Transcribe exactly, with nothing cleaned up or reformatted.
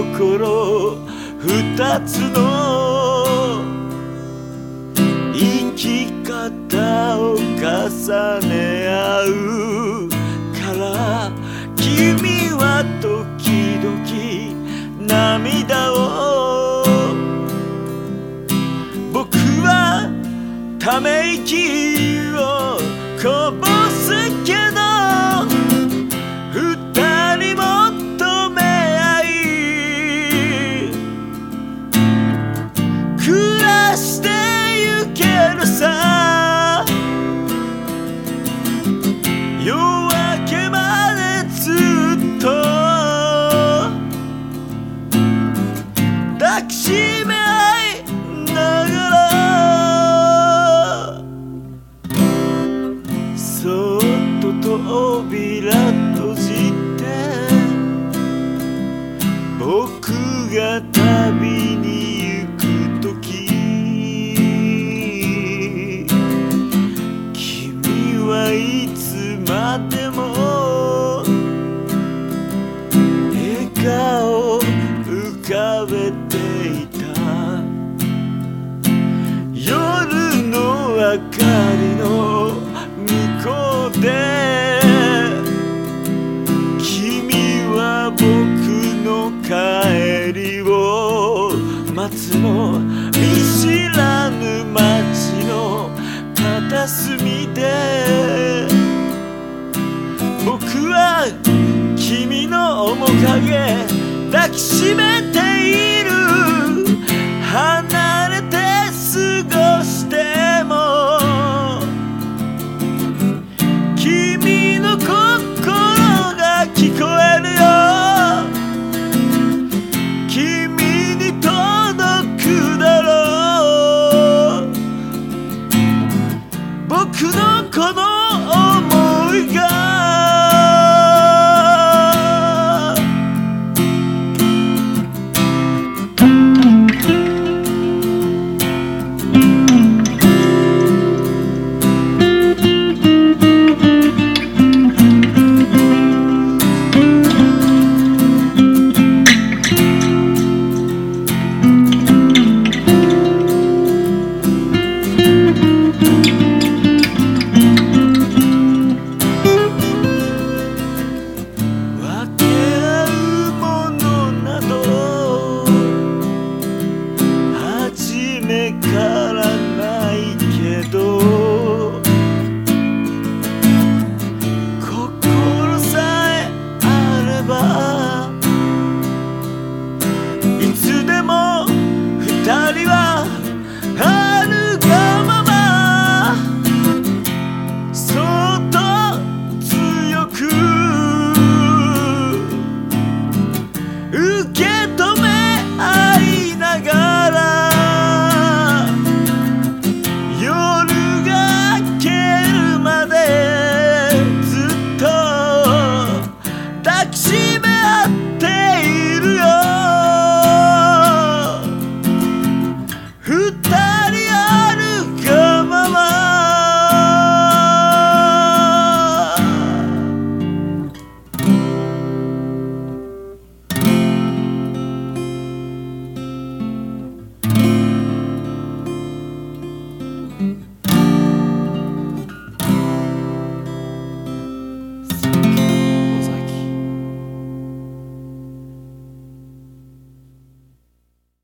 心二つの生き方を重ね合うから君は時々涙を僕はため息をこぼすけど二人求め合い暮らしてゆけるさ夜明けまでずっと抱きしめ合いながらそっと扉閉じて僕が旅に行くとき君はいつまでも笑顔浮かべていた夜の明かりの向こうで君は僕の帰りを待つの見知らぬ街の片隅で僕は君の面影抱きしめている離れて過ごしても君の心が聞こえ